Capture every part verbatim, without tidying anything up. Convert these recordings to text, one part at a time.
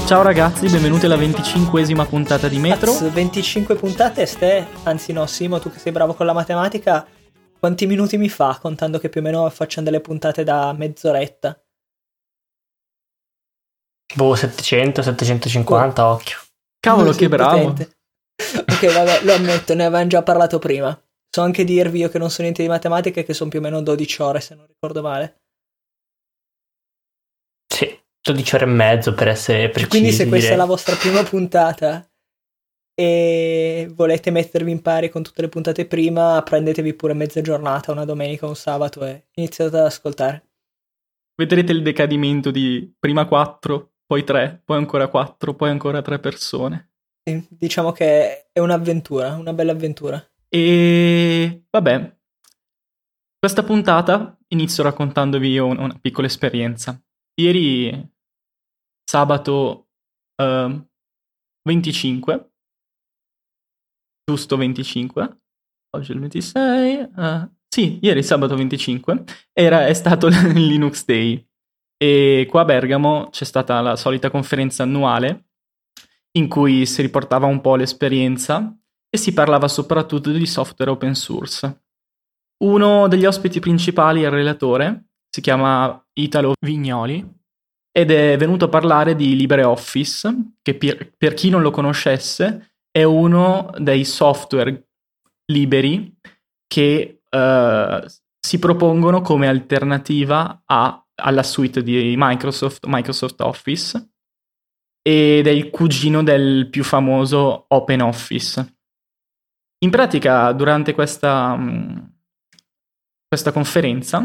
Ciao ragazzi, benvenuti alla venticinquesima puntata di Metro. Cazzo, venticinque puntate, ste, anzi no, Simo, tu che sei bravo con la matematica, quanti minuti mi fa, contando che più o meno facciamo delle puntate da mezz'oretta? Boh, settecento, settecentocinquanta, oh. Occhio. Cavolo, che bravo. Potente. Ok, vabbè, lo ammetto, ne avevamo già parlato prima. So anche dirvi io che non so niente di matematica e che sono più o meno dodici ore, se non ricordo male. Sì, dodici ore e mezzo per essere precisi. Quindi se questa direi. è la vostra prima puntata e volete mettervi in pari con tutte le puntate prima, prendetevi pure mezza giornata, una domenica, un sabato e iniziate ad ascoltare. Vedrete il decadimento di prima quattro, poi tre, poi ancora quattro, poi ancora tre persone. Sì, diciamo che è un'avventura, una bella avventura. E vabbè, questa puntata inizio raccontandovi una, una piccola esperienza. Ieri, sabato uh, venticinque, giusto venticinque, oggi è il ventisei, uh, sì, ieri sabato venticinque, era, è stato il Linux Day e qua a Bergamo c'è stata la solita conferenza annuale in cui si riportava un po' l'esperienza e si parlava soprattutto di software open source. Uno degli ospiti principali è il relatore, si chiama Italo Vignoli, ed è venuto a parlare di LibreOffice, che per, per chi non lo conoscesse è uno dei software liberi che uh, si propongono come alternativa a, alla suite di Microsoft, Microsoft Office, ed è il cugino del più famoso OpenOffice. In pratica, durante questa, questa conferenza,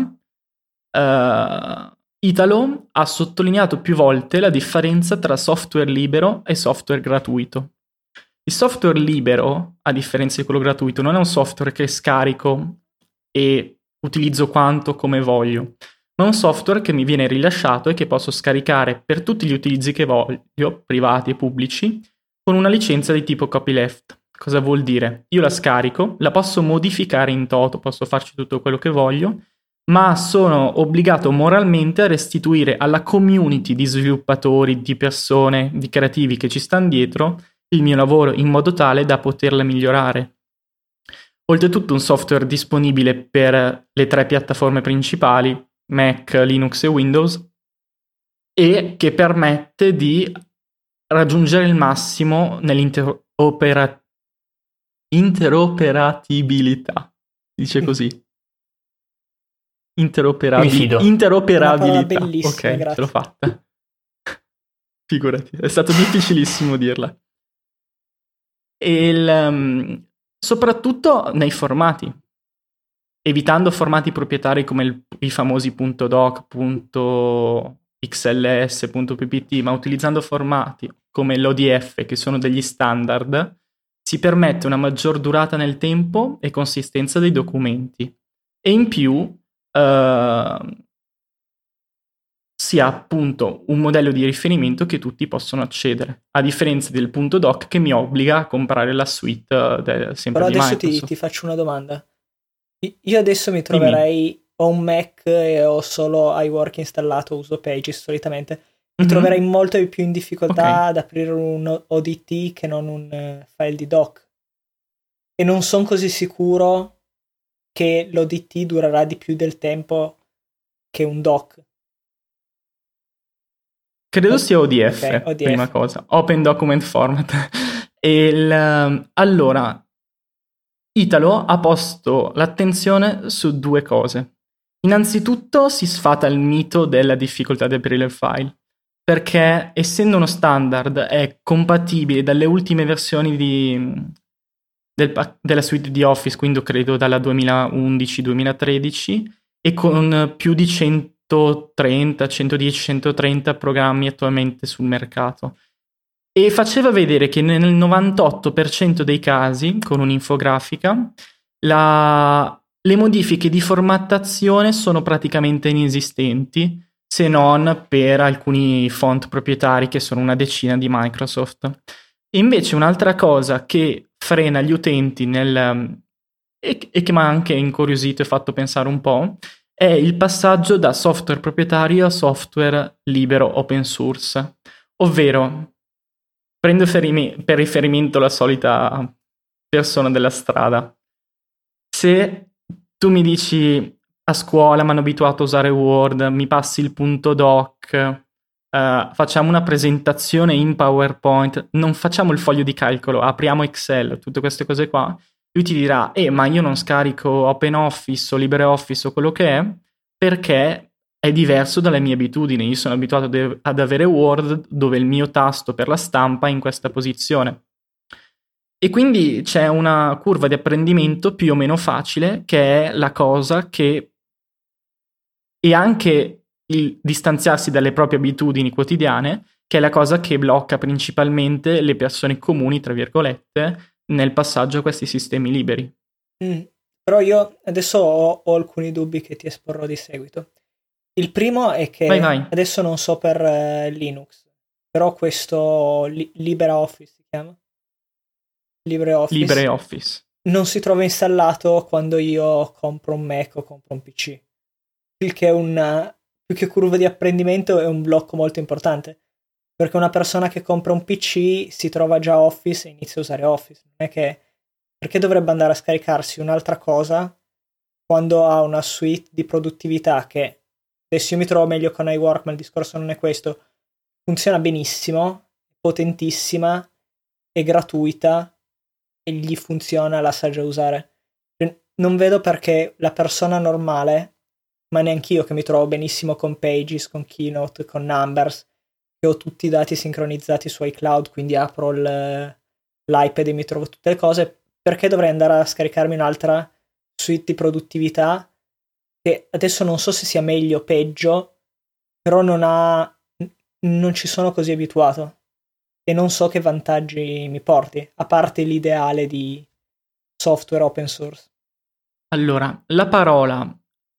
uh, Italo ha sottolineato più volte la differenza tra software libero e software gratuito. Il software libero, a differenza di quello gratuito, non è un software che scarico e utilizzo quanto come voglio, ma è un software che mi viene rilasciato e che posso scaricare per tutti gli utilizzi che voglio, privati e pubblici, con una licenza di tipo copyleft. Cosa vuol dire? Io la scarico, la posso modificare in toto, posso farci tutto quello che voglio, ma sono obbligato moralmente a restituire alla community di sviluppatori, di persone, di creativi che ci stanno dietro il mio lavoro in modo tale da poterla migliorare. Oltretutto un software disponibile per le tre piattaforme principali, Mac, Linux e Windows, e che permette di raggiungere il massimo nell'interoperazione interoperabilità, dice così. Interoperabil- interoperabilità. Ok, grazie. ce l'ho fatta. Figurati, è stato difficilissimo dirla. E il, um, soprattutto nei formati, evitando formati proprietari come il, i famosi .doc, .xls, .ppt, ma utilizzando formati come l'O D F, che sono degli standard, si permette una maggior durata nel tempo e consistenza dei documenti. E in più uh, si ha appunto un modello di riferimento che tutti possono accedere, a differenza del .doc che mi obbliga a comprare la suite de, sempre Però di adesso Microsoft. ti, ti faccio una domanda. Io adesso mi troverei, Dimmi. Ho un Mac e ho solo iWork installato, uso Pages solitamente. Mi mm-hmm. troverei molto più in difficoltà okay. ad aprire un O D T che non un uh, file di doc. E non sono così sicuro che l'O D T durerà di più del tempo che un doc. Credo sia O D F, okay, O D F. Prima cosa. Open Document Format. E il, allora, Italo ha posto l'attenzione su due cose. Innanzitutto si sfata il mito della difficoltà di aprire il file, perché essendo uno standard è compatibile dalle ultime versioni di, del, della suite di Office, quindi credo dalla duemilaundici duemilatredici, e con più di centotrenta, centodieci, centotrenta programmi attualmente sul mercato. E faceva vedere che nel novantotto per cento dei casi, con un'infografica, la, le modifiche di formattazione sono praticamente inesistenti, se non per alcuni font proprietari che sono una decina di Microsoft. E invece un'altra cosa che frena gli utenti nel, e, e che mi ha anche incuriosito e fatto pensare un po' è il passaggio da software proprietario a software libero open source. Ovvero, prendo ferimi- per riferimento la solita persona della strada. Se tu mi dici a scuola mi hanno abituato a usare Word, mi passi il punto doc, Uh, facciamo una presentazione in PowerPoint, non facciamo il foglio di calcolo, apriamo Excel, tutte queste cose qua, lui ti dirà, eh ma io non scarico OpenOffice o LibreOffice o quello che è, perché è diverso dalle mie abitudini. Io sono abituato de- ad avere Word dove il mio tasto per la stampa è in questa posizione. E quindi c'è una curva di apprendimento più o meno facile, che è la cosa che... e anche il distanziarsi dalle proprie abitudini quotidiane, che è la cosa che blocca principalmente le persone comuni, tra virgolette, nel passaggio a questi sistemi liberi. Mm. Però io adesso ho, ho alcuni dubbi che ti esporrò di seguito. Il primo è che vai, vai. adesso non so per uh, Linux, però questo li- LibreOffice si chiama? LibreOffice. LibreOffice. Non si trova installato quando io compro un Mac o compro un P C. Il che è una... più che curva di apprendimento è un blocco molto importante, perché una persona che compra un P C si trova già Office e inizia a usare Office. Non è che perché dovrebbe andare a scaricarsi un'altra cosa quando ha una suite di produttività che adesso io mi trovo meglio con iWork, ma il discorso non è questo, funziona benissimo, potentissima, è gratuita e gli funziona, la sa già usare. Non vedo perché la persona normale, ma neanch'io che mi trovo benissimo con Pages, con Keynote, con Numbers, che ho tutti i dati sincronizzati su iCloud, quindi apro il, l'iPad e mi trovo tutte le cose, perché dovrei andare a scaricarmi un'altra suite di produttività che adesso non so se sia meglio o peggio, però non ha non ci sono così abituato e non so che vantaggi mi porti, a parte l'ideale di software open source. Allora, la parola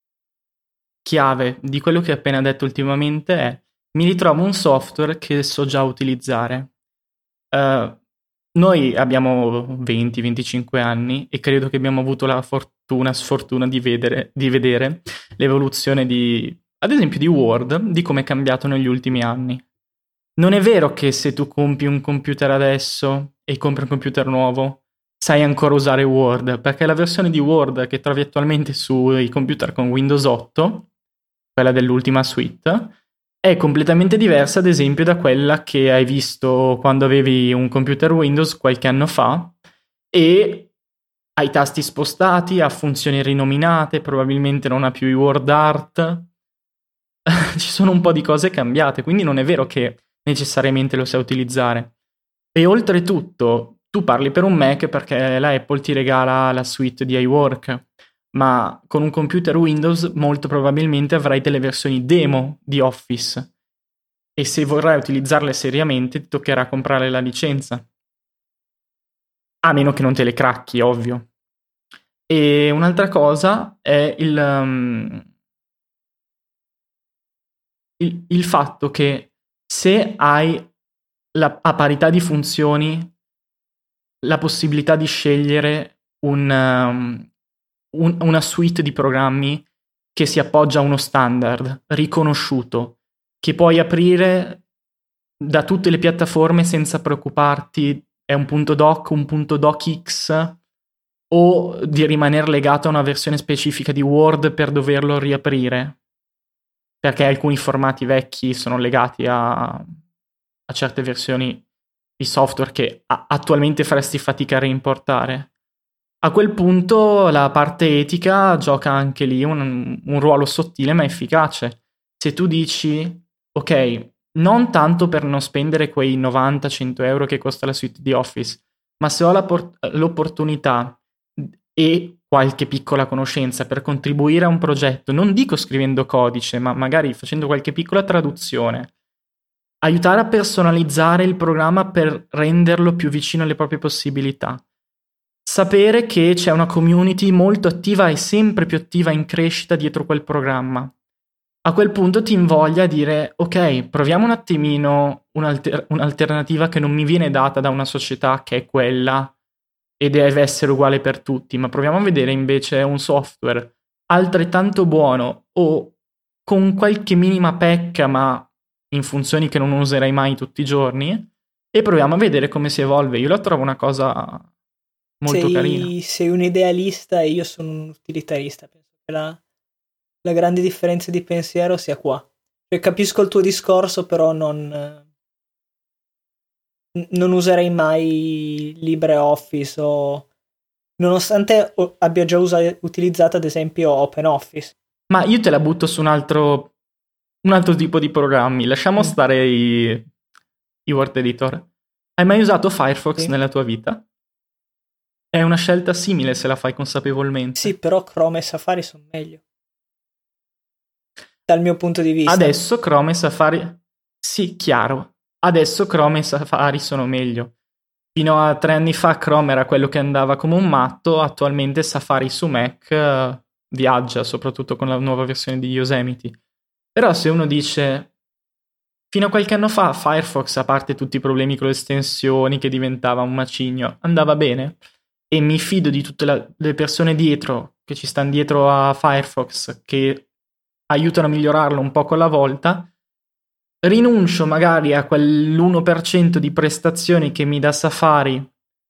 chiave di quello che ho appena detto ultimamente è: mi ritrovo un software che so già utilizzare. Uh, noi abbiamo venti venticinque anni e credo che abbiamo avuto la fortuna, sfortuna di vedere, di vedere l'evoluzione di, ad esempio, di Word, di come è cambiato negli ultimi anni. Non è vero che se tu compri un computer adesso e compri un computer nuovo sai ancora usare Word, perché la versione di Word che trovi attualmente sui computer con Windows otto, quella dell'ultima suite, è completamente diversa, ad esempio, da quella che hai visto quando avevi un computer Windows qualche anno fa, e ha i tasti spostati, ha funzioni rinominate, probabilmente non ha più i word art. Ci sono un po' di cose cambiate, quindi non è vero che necessariamente lo sai utilizzare. E oltretutto, tu parli per un Mac perché la Apple ti regala la suite di iWork, ma con un computer Windows molto probabilmente avrai delle versioni demo di Office e se vorrai utilizzarle seriamente ti toccherà comprare la licenza, a meno che non te le cracchi, ovvio. E un'altra cosa è il, um, il, il fatto che se hai la, a parità di funzioni la possibilità di scegliere un, um, un, una suite di programmi che si appoggia a uno standard riconosciuto, che puoi aprire da tutte le piattaforme senza preoccuparti è un punto doc, un punto docx, o di rimanere legato a una versione specifica di Word per doverlo riaprire, perché alcuni formati vecchi sono legati a, a certe versioni di software che a- attualmente faresti fatica a reimportare. A quel punto la parte etica gioca anche lì un, un ruolo sottile ma efficace. Se tu dici, ok, non tanto per non spendere quei novanta cento euro che costa la suite di Office, ma se ho la por- l'opportunità e qualche piccola conoscenza per contribuire a un progetto, non dico scrivendo codice, ma magari facendo qualche piccola traduzione, aiutare a personalizzare il programma per renderlo più vicino alle proprie possibilità. Sapere che c'è una community molto attiva e sempre più attiva in crescita dietro quel programma. A quel punto ti invoglia a dire, ok, proviamo un attimino un'alter- un'alternativa che non mi viene data da una società che è quella e deve essere uguale per tutti, ma proviamo a vedere invece un software altrettanto buono o con qualche minima pecca, ma in funzioni che non userai mai tutti i giorni, e proviamo a vedere come si evolve. Io la trovo una cosa molto sei, carina. Sei un idealista e io sono un utilitarista. Penso che la, la grande differenza di pensiero sia qua. Cioè, capisco il tuo discorso, però non, non userei mai LibreOffice o... nonostante abbia già usa- utilizzato ad esempio OpenOffice. Ma io te la butto su un altro, un altro tipo di programmi. Lasciamo mm. stare i, i word editor. Hai mai usato Firefox sì. nella tua vita? È una scelta simile se la fai consapevolmente. Sì, però Chrome e Safari sono meglio. Dal mio punto di vista. Adesso Chrome e Safari... Sì, chiaro. Adesso Chrome e Safari sono meglio. Fino a tre anni fa Chrome era quello che andava come un matto, attualmente Safari su Mac uh, viaggia, soprattutto con la nuova versione di Yosemite. Però se uno dice, fino a qualche anno fa Firefox, a parte tutti i problemi con le estensioni, che diventava un macigno, andava bene, e mi fido di tutte la, le persone dietro, che ci stanno dietro a Firefox, che aiutano a migliorarlo un po' alla volta, rinuncio magari a quell'uno per cento di prestazioni che mi dà Safari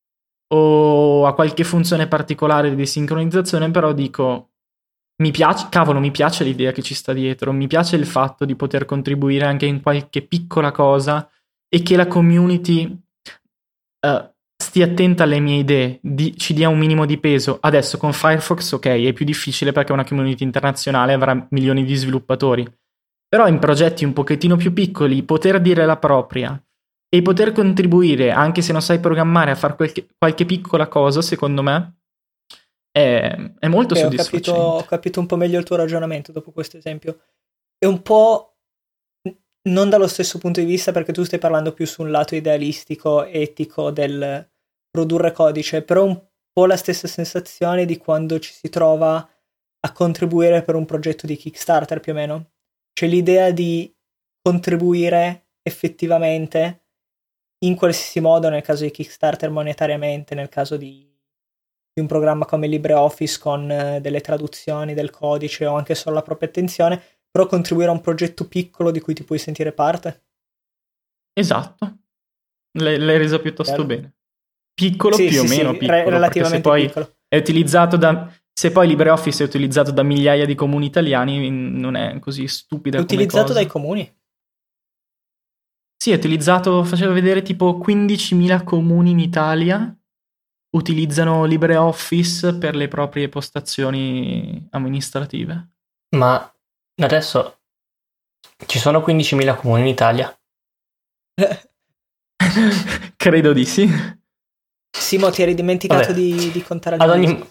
o a qualche funzione particolare di sincronizzazione, però dico, mi piace, cavolo, mi piace l'idea che ci sta dietro, mi piace il fatto di poter contribuire anche in qualche piccola cosa e che la community uh, stia attenta alle mie idee, di, ci dia un minimo di peso. Adesso con Firefox, ok, è più difficile perché è una community internazionale, avrà milioni di sviluppatori. Però in progetti un pochettino più piccoli, poter dire la propria e poter contribuire, anche se non sai programmare, a fare qualche, qualche piccola cosa, secondo me, è, è molto okay, soddisfacente. Ho capito, ho capito un po' meglio il tuo ragionamento dopo questo esempio. È un po' non dallo stesso punto di vista, perché tu stai parlando più su un lato idealistico, etico del produrre codice, però un po' la stessa sensazione di quando ci si trova a contribuire per un progetto di Kickstarter, più o meno. C'è l'idea di contribuire effettivamente in qualsiasi modo, nel caso di Kickstarter monetariamente, nel caso di, di un programma come LibreOffice con uh, delle traduzioni del codice o anche solo la propria attenzione, però contribuire a un progetto piccolo di cui ti puoi sentire parte. Esatto, L- l'hai resa piuttosto Bello. bene. Piccolo sì, più sì, o meno sì, piccolo, re- relativamente se poi piccolo. È utilizzato da... Se poi LibreOffice è utilizzato da migliaia di comuni italiani, non è così stupida è come utilizzato cosa. dai comuni? Sì, è utilizzato, faceva vedere tipo quindicimila comuni in Italia utilizzano LibreOffice per le proprie postazioni amministrative. Ma adesso ci sono quindicimila comuni in Italia? Credo di sì. Simo, ti eri dimenticato di, di contare ad ogni...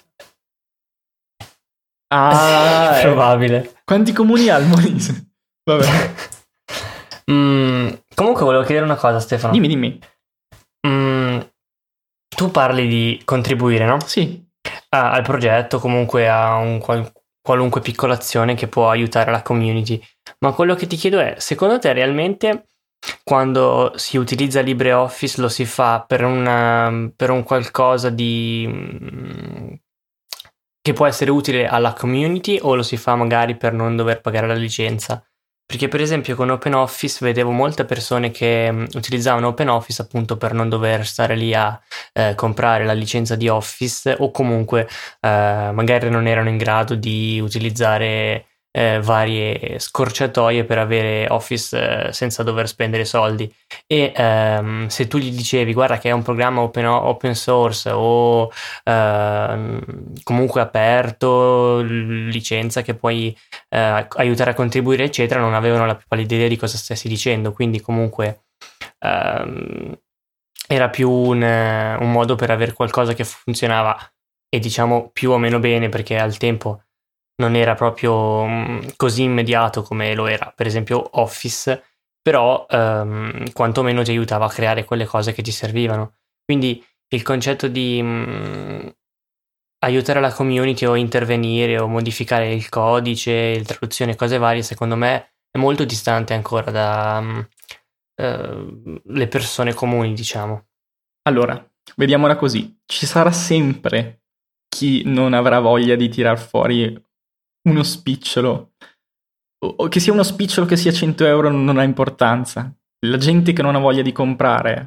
Ah, è probabile. Quanti comuni ha il Molise? Vabbè. mm, comunque volevo chiedere una cosa, Stefano. Dimmi, dimmi. Mm, tu parli di contribuire, no? Sì. Ah, al progetto, comunque a un qual- qualunque piccola azione che può aiutare la community. Ma quello che ti chiedo è, secondo te realmente quando si utilizza LibreOffice lo si fa per, una, per un qualcosa di che può essere utile alla community, o lo si fa magari per non dover pagare la licenza? Perché per esempio con OpenOffice vedevo molte persone che um, utilizzavano OpenOffice appunto per non dover stare lì a eh, comprare la licenza di Office, o comunque eh, magari non erano in grado di utilizzare eh, varie scorciatoie per avere Office eh, senza dover spendere soldi. E ehm, se tu gli dicevi guarda che è un programma open, open source o eh, comunque aperto, licenza che puoi eh, aiutare a contribuire eccetera, non avevano la più pallida idea di cosa stessi dicendo. Quindi comunque ehm, era più un, un modo per avere qualcosa che funzionava e diciamo più o meno bene, perché al tempo non era proprio mh, così immediato come lo era per esempio Office, però ehm, quantomeno ti aiutava a creare quelle cose che ti servivano. Quindi il concetto di mh, aiutare la community o intervenire o modificare il codice, la traduzione, cose varie, secondo me è molto distante ancora da mh, eh, le persone comuni, diciamo. Allora, vediamola così. Ci sarà sempre chi non avrà voglia di tirar fuori uno spicciolo, o che sia uno spicciolo che sia cento euro non ha importanza. La gente che non ha voglia di comprare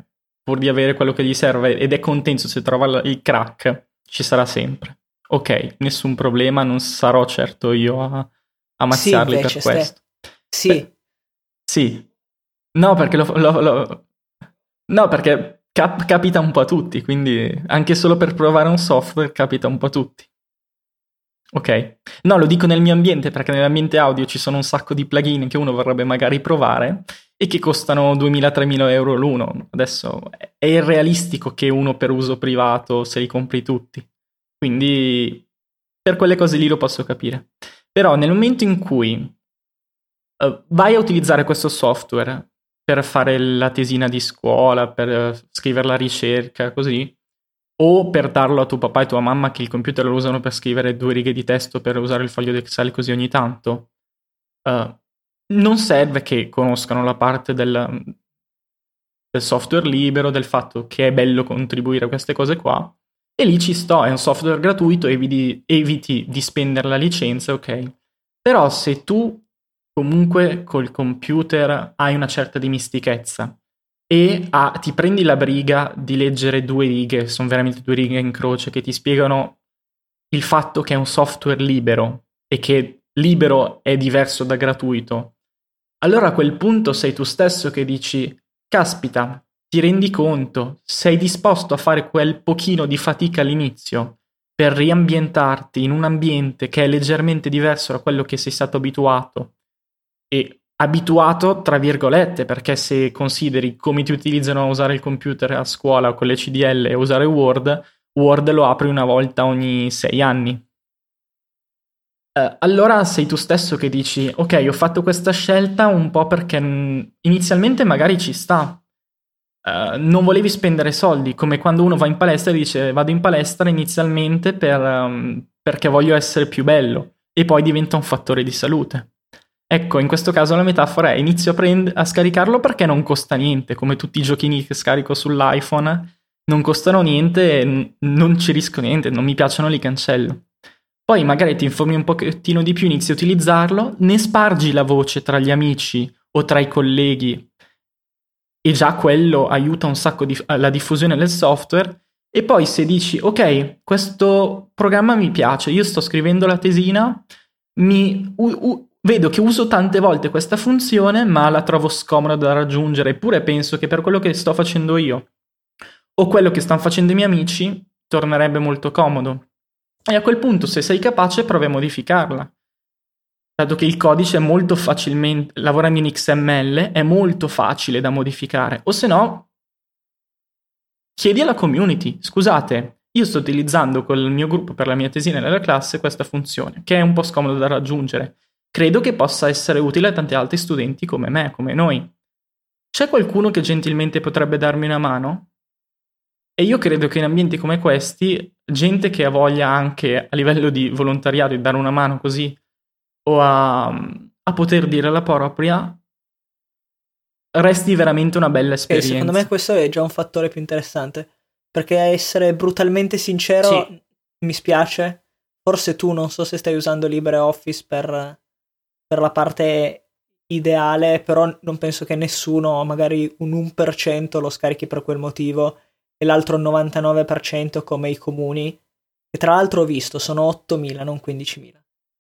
pur di avere quello che gli serve ed è contento se trova il crack, ci sarà sempre. Ok, nessun problema, non sarò certo io a ammazzarli sì, per questo. Sì. Beh, sì. No, perché lo, lo, lo... No, perché cap- capita un po' a tutti, quindi anche solo per provare un software capita un po' a tutti. Ok. No, lo dico nel mio ambiente, perché nell'ambiente audio ci sono un sacco di plugin che uno vorrebbe magari provare e che costano duemila-tremila euro l'uno. Adesso è irrealistico che uno per uso privato se li compri tutti. Quindi per quelle cose lì lo posso capire. Però nel momento in cui uh, vai a utilizzare questo software per fare la tesina di scuola, per scrivere la ricerca, così, o per darlo a tuo papà e tua mamma che il computer lo usano per scrivere due righe di testo per usare il foglio di Excel così ogni tanto, uh, non serve che conoscano la parte del, del software libero, del fatto che è bello contribuire a queste cose qua, e lì ci sto, è un software gratuito, eviti, eviti di spendere la licenza, ok? Però se tu comunque col computer hai una certa dimistichezza e ah, ti prendi la briga di leggere due righe, sono veramente due righe in croce, che ti spiegano il fatto che è un software libero e che libero è diverso da gratuito, allora a quel punto sei tu stesso che dici, caspita, ti rendi conto, sei disposto a fare quel pochino di fatica all'inizio per riambientarti in un ambiente che è leggermente diverso da quello che sei stato abituato, e abituato tra virgolette, perché se consideri come ti utilizzano a usare il computer a scuola con le C D L e a usare Word, Word lo apri una volta ogni sei anni. Uh, allora sei tu stesso che dici, ok, ho fatto questa scelta un po' perché mh, inizialmente magari ci sta. Uh, non volevi spendere soldi, come quando uno va in palestra e dice vado in palestra inizialmente per, um, perché voglio essere più bello e poi diventa un fattore di salute. Ecco, in questo caso la metafora è inizio a, prend- a scaricarlo perché non costa niente, come tutti i giochini che scarico sull'iPhone, non costano niente e n- non ci rischio niente, non mi piacciono, li cancello. Poi magari ti informi un pochettino di più, inizi a utilizzarlo, ne spargi la voce tra gli amici o tra i colleghi e già quello aiuta un sacco di, la diffusione del software. E poi se dici, ok, questo programma mi piace, io sto scrivendo la tesina, mi, u, u, vedo che uso tante volte questa funzione, ma la trovo scomoda da raggiungere, eppure penso che per quello che sto facendo io o quello che stanno facendo i miei amici tornerebbe molto comodo. E a quel punto, se sei capace, provi a modificarla. Dato che il codice è molto facilmente, lavorando in X M L, è molto facile da modificare. O se no, chiedi alla community, scusate, io sto utilizzando col mio gruppo per la mia tesina nella classe questa funzione, che è un po' scomoda da raggiungere. Credo che possa essere utile a tanti altri studenti come me, come noi. C'è qualcuno che gentilmente potrebbe darmi una mano? E io credo che in ambienti come questi, gente che ha voglia anche a livello di volontariato di dare una mano così, o a, a poter dire la propria, resti veramente una bella esperienza. E secondo me questo è già un fattore più interessante, perché essere brutalmente sincero, sì, mi spiace, forse tu non so se stai usando LibreOffice per, per la parte ideale, però non penso che nessuno, magari un uno per cento lo scarichi per quel motivo e l'altro novantanove per cento come i comuni, e tra l'altro ho visto, sono ottomila, non quindicimila.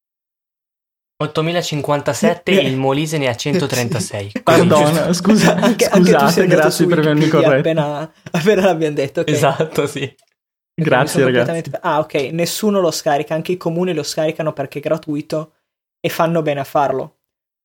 ottomilacinquantasette e il Molise ne ha centotrentasei. Pardon, scusa, anche, scusate, anche grazie per avermi corretto. Appena, appena l'abbiamo detto. Okay. Esatto, sì. Perché grazie ragazzi. Ah, ok, nessuno lo scarica, anche i comuni lo scaricano perché è gratuito e fanno bene a farlo.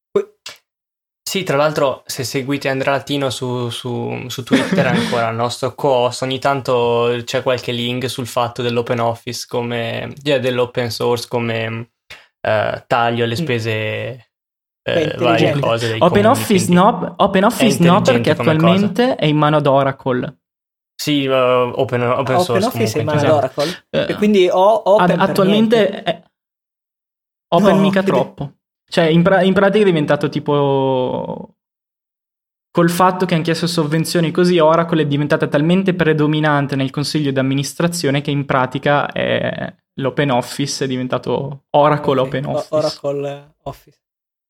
Sì, tra l'altro se seguite Andrea Latino su, su, su Twitter ancora il nostro co-host, ogni tanto c'è qualche link sul fatto dell'open office come yeah, dell'open source come uh, taglio alle spese eh, varie cose dei Open comuni, Office no, Open Office no perché attualmente cosa. È in mano ad Oracle. Sì, uh, open, open ah, source Open Office è in mano esatto. ad Oracle uh, e quindi ho Open ad, attualmente è Open no, mica quindi... troppo. Cioè, in, pra- in pratica è diventato tipo... Col fatto che hanno chiesto sovvenzioni così, Oracle è diventata talmente predominante nel consiglio di amministrazione che in pratica è l'Open Office è diventato Oracle okay. Open Office. O- Oracle Office.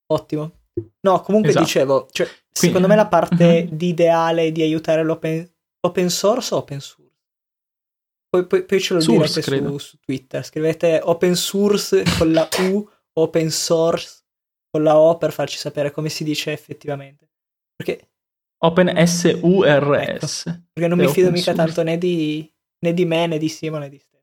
Ottimo. No, comunque esatto. dicevo, cioè, Quindi, secondo me la parte uh-huh. di ideale di aiutare l'open, open source o open source? Poi, poi, poi ce lo source, direte su, su Twitter. Scrivete open source con la U, open source con la O per farci sapere come si dice effettivamente. Perché Open S U R S. Ecco, perché non mi fido mica source. tanto né di, né di me, né di Simone, né di Stefano.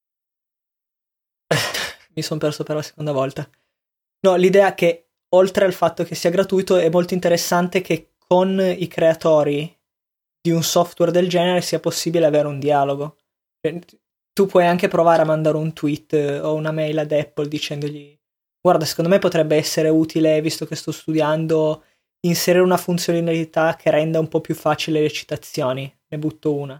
Mi sono perso per la seconda volta. No, l'idea che oltre al fatto che sia gratuito è molto interessante che con i creatori di un software del genere sia possibile avere un dialogo. Cioè, tu puoi anche provare a mandare un tweet o una mail ad Apple dicendogli: guarda, secondo me potrebbe essere utile, visto che sto studiando, inserire una funzionalità che renda un po' più facile le citazioni. Ne butto una.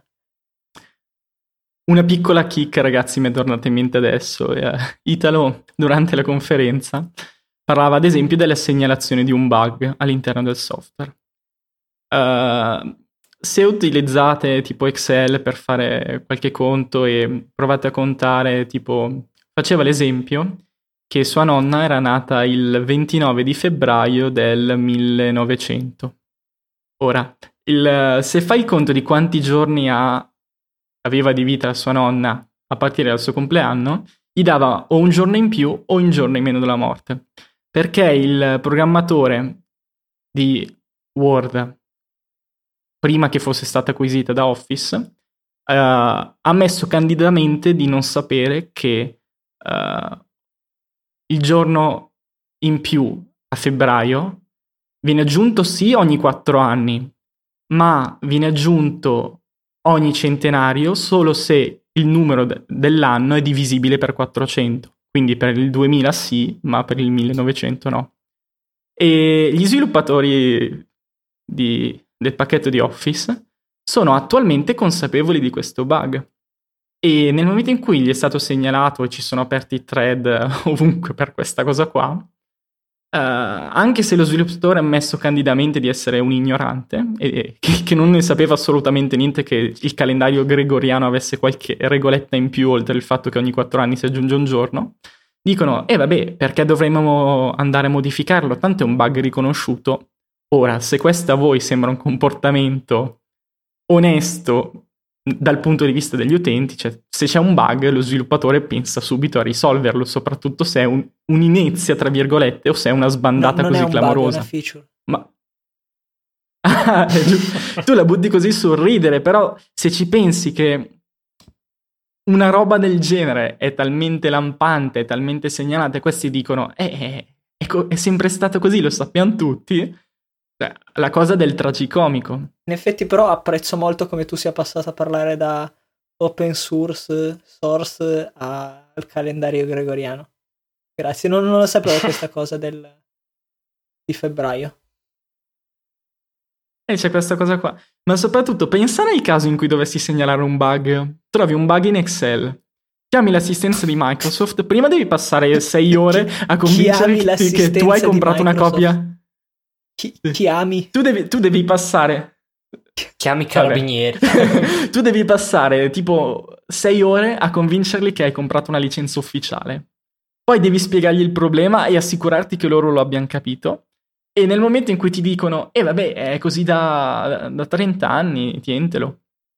Una piccola chicca, ragazzi, mi è tornata in mente adesso. Eh, Italo, durante la conferenza, parlava ad esempio della segnalazione di un bug all'interno del software. Uh, se utilizzate tipo Excel per fare qualche conto e provate a contare, tipo, faceva l'esempio che sua nonna era nata il ventinove di febbraio del millenovecento. Ora, il, se fai il conto di quanti giorni ha, aveva di vita la sua nonna a partire dal suo compleanno, gli dava o un giorno in più o un giorno in meno della morte. Perché il programmatore di Word, prima che fosse stata acquisita da Office, uh, ha ammesso candidamente di non sapere che uh, il giorno in più a febbraio viene aggiunto sì ogni quattro anni, ma viene aggiunto ogni centenario solo se il numero de- dell'anno è divisibile per quattrocento. Quindi per il duemila sì, ma per il millenovecento no. E gli sviluppatori di del pacchetto di Office sono attualmente consapevoli di questo bug, e nel momento in cui gli è stato segnalato e ci sono aperti thread ovunque per questa cosa qua, uh, anche se lo sviluppatore ha ammesso candidamente di essere un ignorante e che, che non ne sapeva assolutamente niente che il calendario gregoriano avesse qualche regoletta in più oltre il fatto che ogni quattro anni si aggiunge un giorno, dicono eh vabbè, perché dovremmo andare a modificarlo, tanto è un bug riconosciuto. Ora, se questo a voi sembra un comportamento onesto dal punto di vista degli utenti, cioè se c'è un bug lo sviluppatore pensa subito a risolverlo, soprattutto se è un, un'inezia tra virgolette o se è una sbandata no, così non è un clamorosa. Bug, è una feature. Ma tu la butti così sul ridere, però se ci pensi che una roba del genere è talmente lampante, è talmente segnalata, e questi dicono eh, è, co- è sempre stato così, lo sappiamo tutti. La cosa del tragicomico. In effetti però apprezzo molto come tu sia passato a parlare da open source source a, al calendario gregoriano. Grazie, non, non lo sapevo questa cosa del di febbraio. E c'è questa cosa qua. Ma soprattutto pensa nel caso in cui dovessi segnalare un bug. Trovi un bug in Excel, chiami l'assistenza di Microsoft, prima devi passare sei ore a convincerti che tu hai comprato una copia. Chi, chiami tu devi, tu devi passare chiami carabinieri tu devi passare tipo sei ore a convincerli che hai comprato una licenza ufficiale, poi devi spiegargli il problema e assicurarti che loro lo abbiano capito, e nel momento in cui ti dicono eh vabbè è così da, da trenta anni, tientelo,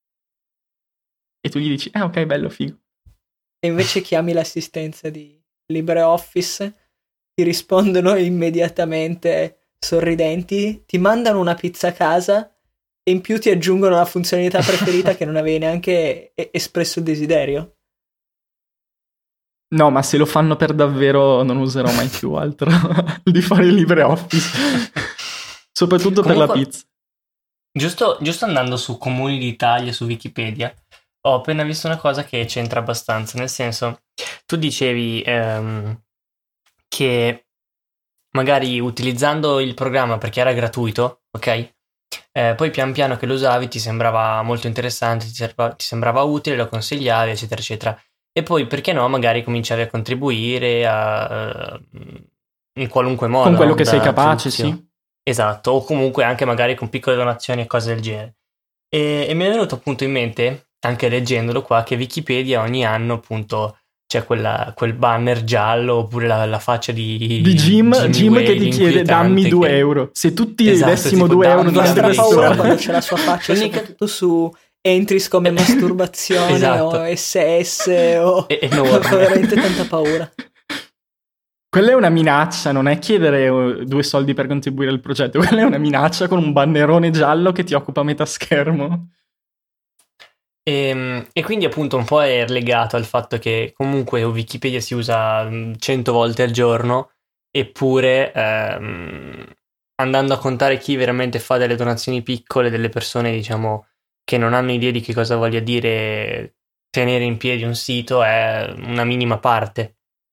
e tu gli dici eh ok, bello, figo, e invece chiami l'assistenza di LibreOffice, ti rispondono immediatamente sorridenti, ti mandano una pizza a casa e in più ti aggiungono la funzionalità preferita che non avevi neanche espresso il desiderio. No, ma se lo fanno per davvero non userò mai più altro di fare il LibreOffice. Soprattutto comunque, per la pizza. Giusto, giusto andando su Comuni d'Italia, su Wikipedia, ho appena visto una cosa che c'entra abbastanza, nel senso, tu dicevi ehm, che magari utilizzando il programma perché era gratuito, ok? Eh, poi pian piano che lo usavi ti sembrava molto interessante, ti, serva, ti sembrava utile, lo consigliavi, eccetera, eccetera. E poi, perché no, magari cominciavi a contribuire a, in qualunque modo. Con quello che sei capace, sì. Esatto, o comunque anche magari con piccole donazioni e cose del genere. E, e mi è venuto appunto in mente, anche leggendolo qua, che Wikipedia ogni anno appunto c'è quella, quel banner giallo oppure la, la faccia di di Jim, Jim, Jim che ti chiede dammi due che... euro. Se tutti esatto, dessimo due euro non mi dà paura quando c'è la sua faccia soprattutto su entries come masturbazione esatto. o S S o È ho veramente tanta paura. Quella è una minaccia, non è chiedere due soldi per contribuire al progetto, quella è una minaccia con un bannerone giallo che ti occupa metà schermo. E, e quindi appunto un po' è legato al fatto che comunque Wikipedia si usa cento volte al giorno, eppure ehm, andando a contare chi veramente fa delle donazioni piccole, delle persone diciamo che non hanno idea di che cosa voglia dire tenere in piedi un sito, è una minima parte.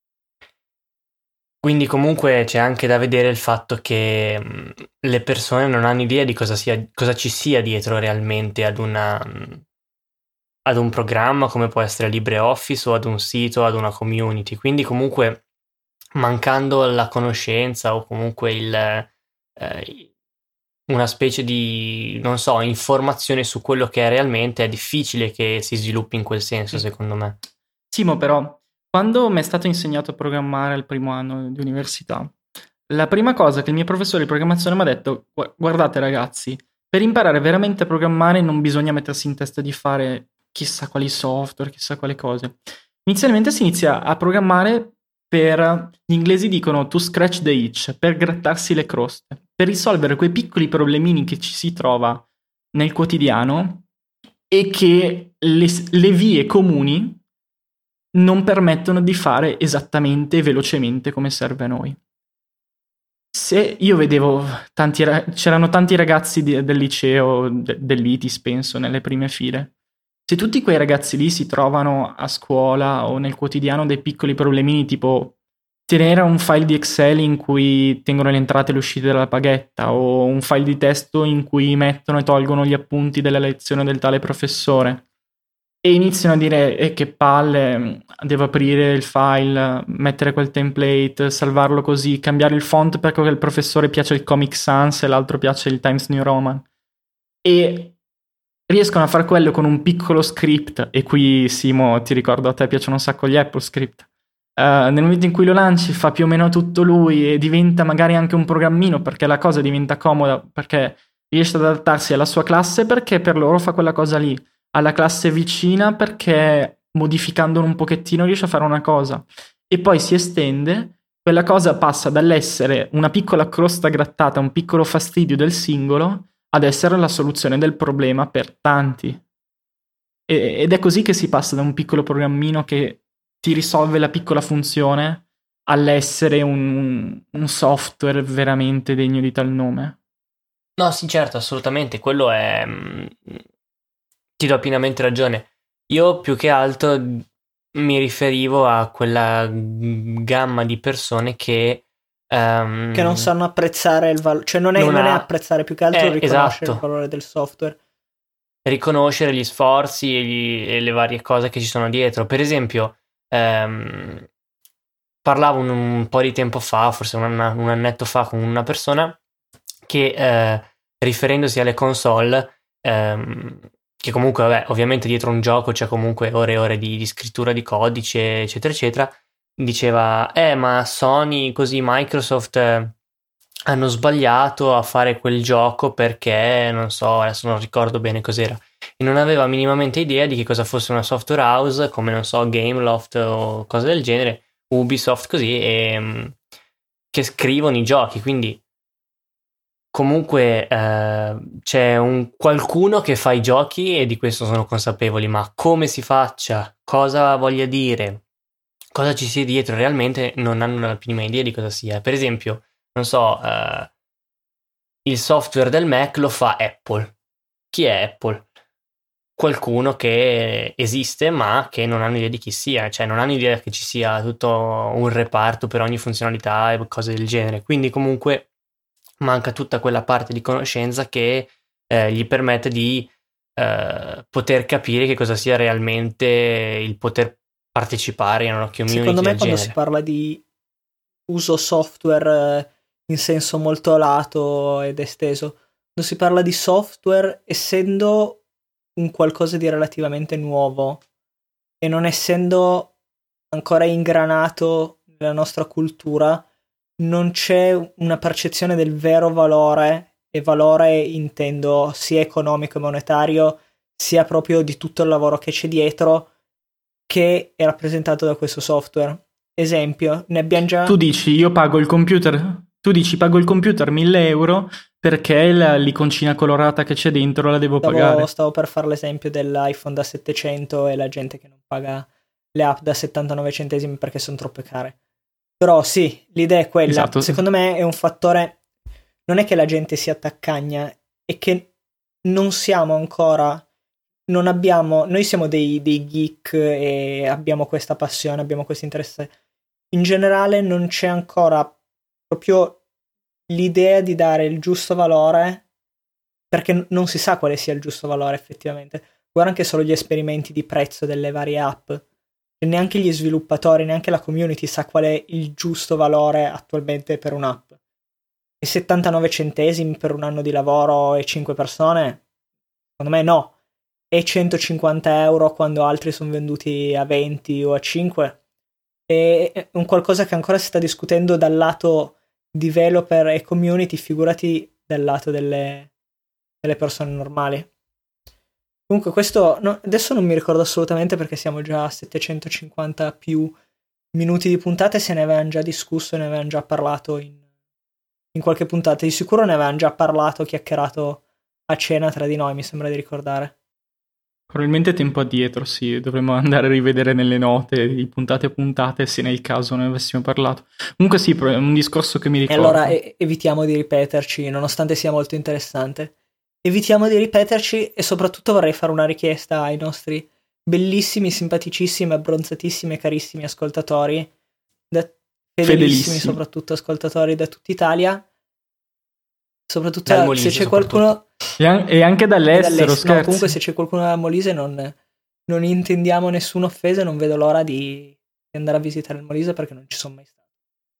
Quindi comunque c'è anche da vedere il fatto che mh, le persone non hanno idea di cosa, sia, cosa ci sia dietro realmente ad una... Mh, ad un programma come può essere LibreOffice o ad un sito, ad una community. Quindi comunque mancando la conoscenza o comunque il, eh, una specie di, non so, informazione su quello che è realmente, è difficile che si sviluppi in quel senso, secondo me. Simo, però, quando mi è stato insegnato a programmare al primo anno di università, la prima cosa che il mio professore di programmazione mi ha detto: guardate ragazzi, per imparare veramente a programmare non bisogna mettersi in testa di fare chissà quali software, chissà quali cose. Inizialmente si inizia a programmare per, gli inglesi dicono to scratch the itch, per grattarsi le croste, per risolvere quei piccoli problemini che ci si trova nel quotidiano e che le, le vie comuni non permettono di fare esattamente e velocemente come serve a noi. Se io vedevo tanti, c'erano tanti ragazzi di, del liceo, de, dell'I T I S penso, nelle prime file. Se tutti quei ragazzi lì si trovano a scuola o nel quotidiano dei piccoli problemini tipo tenere un file di Excel in cui tengono le entrate e le uscite della paghetta, o un file di testo in cui mettono e tolgono gli appunti della lezione del tale professore, e iniziano a dire eh, che palle, devo aprire il file, mettere quel template, salvarlo così, cambiare il font perché al professore piace il Comic Sans e l'altro piace il Times New Roman, e riescono a fare quello con un piccolo script. E qui Simo, ti ricordo, a te piacciono un sacco gli Apple script. Uh, nel momento in cui lo lanci fa più o meno tutto lui e diventa magari anche un programmino, perché la cosa diventa comoda, perché riesce ad adattarsi alla sua classe, perché per loro fa quella cosa lì, alla classe vicina perché modificandolo un pochettino riesce a fare una cosa, e poi si estende, quella cosa passa dall'essere una piccola crosta grattata, un piccolo fastidio del singolo, ad essere la soluzione del problema per tanti. E, ed è così che si passa da un piccolo programmino che ti risolve la piccola funzione all'essere un, un software veramente degno di tal nome. No, sì, certo, assolutamente, quello è... ti do pienamente ragione. Io più che altro mi riferivo a quella gamma di persone che... Um, che non sanno apprezzare il valore, cioè non è, non non è apprezzare, più che altro eh, riconoscere esatto. il valore del software. Riconoscere gli sforzi e, gli, e le varie cose che ci sono dietro. Per esempio, um, parlavo un, un po' di tempo fa, forse un, un annetto fa, con una persona che, eh, riferendosi alle console, ehm, che comunque, vabbè, ovviamente dietro un gioco c'è comunque ore e ore di, di scrittura di codice, eccetera, eccetera, diceva, eh, ma Sony, così Microsoft eh, hanno sbagliato a fare quel gioco perché, non so, adesso non ricordo bene cos'era, e non aveva minimamente idea di che cosa fosse una software house, come, non so, Gameloft o cose del genere, Ubisoft, così, e, che scrivono i giochi, quindi comunque eh, c'è un qualcuno che fa i giochi e di questo sono consapevoli, ma come si faccia, cosa voglia dire, cosa ci sia dietro realmente non hanno la minima idea di cosa sia. Per esempio, non so, eh, il software del Mac lo fa Apple. Chi è Apple? Qualcuno che esiste ma che non hanno idea di chi sia, cioè non hanno idea che ci sia tutto un reparto per ogni funzionalità e cose del genere, quindi comunque manca tutta quella parte di conoscenza che eh, gli permette di eh, poter capire che cosa sia realmente il poter partecipare in una community. Secondo me del quando genere. si parla di uso software in senso molto lato ed esteso, quando si parla di software essendo un qualcosa di relativamente nuovo e non essendo ancora ingranato nella nostra cultura, non c'è una percezione del vero valore, e valore intendo sia economico e monetario sia proprio di tutto il lavoro che c'è dietro, che è rappresentato da questo software. Esempio, ne abbiamo già... Tu dici, io pago il computer, tu dici, pago il computer mille euro perché la, l'iconcina colorata che c'è dentro la devo stavo, pagare. Stavo per fare l'esempio dell'iPhone da settecento e la gente che non paga le app da settantanove centesimi perché sono troppe care. Però sì, l'idea è quella. Esatto. Secondo me è un fattore... Non è che la gente si attaccagna, è che non siamo ancora... Non abbiamo... Noi siamo dei, dei geek e abbiamo questa passione, abbiamo questo interesse. In generale non c'è ancora proprio l'idea di dare il giusto valore, perché non si sa quale sia il giusto valore effettivamente. Guarda anche solo gli esperimenti di prezzo delle varie app. Neanche gli sviluppatori, neanche la community sa qual è il giusto valore attualmente per un'app. E settantanove centesimi per un anno di lavoro e cinque persone? Secondo me no. E centocinquanta euro quando altri sono venduti a venti o a cinque? È un qualcosa che ancora si sta discutendo dal lato developer e community, figurati dal lato delle, delle persone normali. Comunque questo, no, adesso non mi ricordo assolutamente perché siamo già a settecentocinquanta più minuti di puntate, se ne avevano già discusso, ne avevano già parlato in, in qualche puntata, di sicuro ne avevano già parlato, chiacchierato a cena tra di noi, mi sembra di ricordare. Probabilmente tempo addietro, sì, dovremmo andare a rivedere nelle note di puntate a puntate se nel caso ne avessimo parlato. Comunque sì, è un discorso che mi ricordo. E allora e- evitiamo di ripeterci, nonostante sia molto interessante. Evitiamo di ripeterci e soprattutto vorrei fare una richiesta ai nostri bellissimi, simpaticissimi, abbronzatissimi e carissimi ascoltatori, da, fedelissimi, fedelissimi soprattutto ascoltatori da tutta Italia, soprattutto da, Molise, se c'è soprattutto. qualcuno... E, an- e anche dall'estero, dall'estero scherzi. No, comunque se c'è qualcuno da Molise non, non intendiamo nessuna offesa e non vedo l'ora di, di andare a visitare il Molise perché non ci sono mai stato.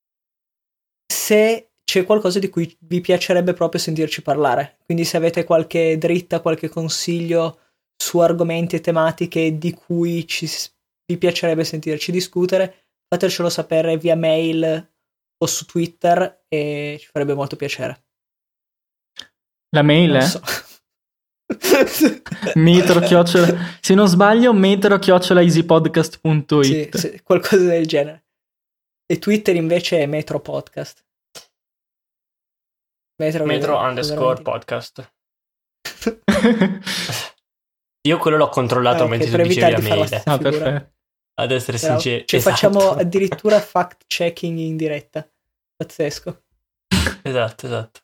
Se c'è qualcosa di cui vi piacerebbe proprio sentirci parlare, quindi se avete qualche dritta, qualche consiglio su argomenti e tematiche di cui ci, vi piacerebbe sentirci discutere, fatecelo sapere via mail o su Twitter e ci farebbe molto piacere. La mail è? So. metro chiocciola se non sbaglio metro chiocciola easypodcast punto it. Sì, sì, qualcosa del genere. E Twitter invece è Metro Podcast. Metro, metro underscore podcast. Io quello l'ho controllato ah, mentre tu dicevi la mail. Ah, perfetto. Ad essere sincero, ci esatto. Facciamo addirittura fact checking in diretta. Pazzesco. Esatto, esatto.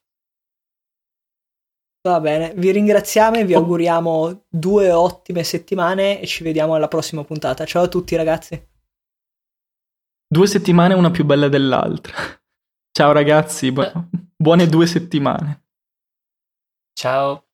Va bene, vi ringraziamo e vi auguriamo due ottime settimane e ci vediamo alla prossima puntata. Ciao a tutti ragazzi. Due settimane una più bella dell'altra. Ciao ragazzi, bu- buone due settimane. Ciao.